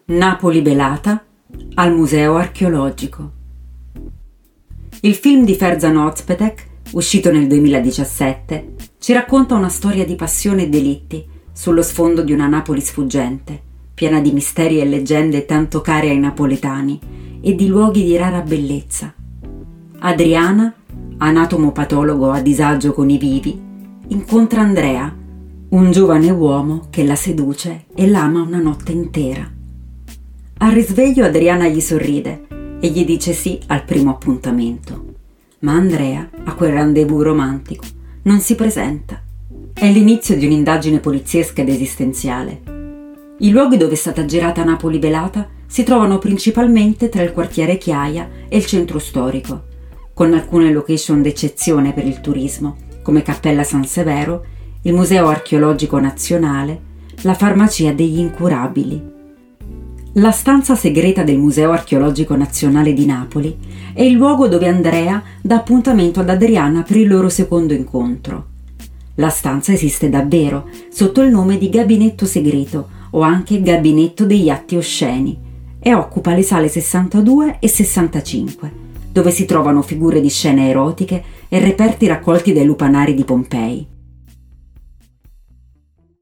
Napoli belata al Museo Archeologico. Il film di Ferzan Özpetek, uscito nel 2017, ci racconta una storia di passione e delitti sullo sfondo di una Napoli sfuggente, piena di misteri e leggende tanto care ai napoletani e di luoghi di rara bellezza. Adriana, anatomopatologo a disagio con i vivi, incontra Andrea, un giovane uomo che la seduce e l'ama una notte intera. Al risveglio Adriana gli sorride e gli dice sì al primo appuntamento. Ma Andrea, a quel rendezvous romantico, non si presenta. È l'inizio di un'indagine poliziesca ed esistenziale. I luoghi dove è stata girata Napoli belata si trovano principalmente tra il quartiere Chiaia e il centro storico, con alcune location d'eccezione per il turismo, come Cappella San Severo, il Museo Archeologico Nazionale, la Farmacia degli Incurabili. La stanza segreta del Museo Archeologico Nazionale di Napoli è il luogo dove Andrea dà appuntamento ad Adriana per il loro secondo incontro. La stanza esiste davvero, sotto il nome di Gabinetto Segreto o anche Gabinetto degli Atti Osceni, e occupa le sale 62 e 65, dove si trovano figure di scene erotiche e reperti raccolti dai lupanari di Pompei.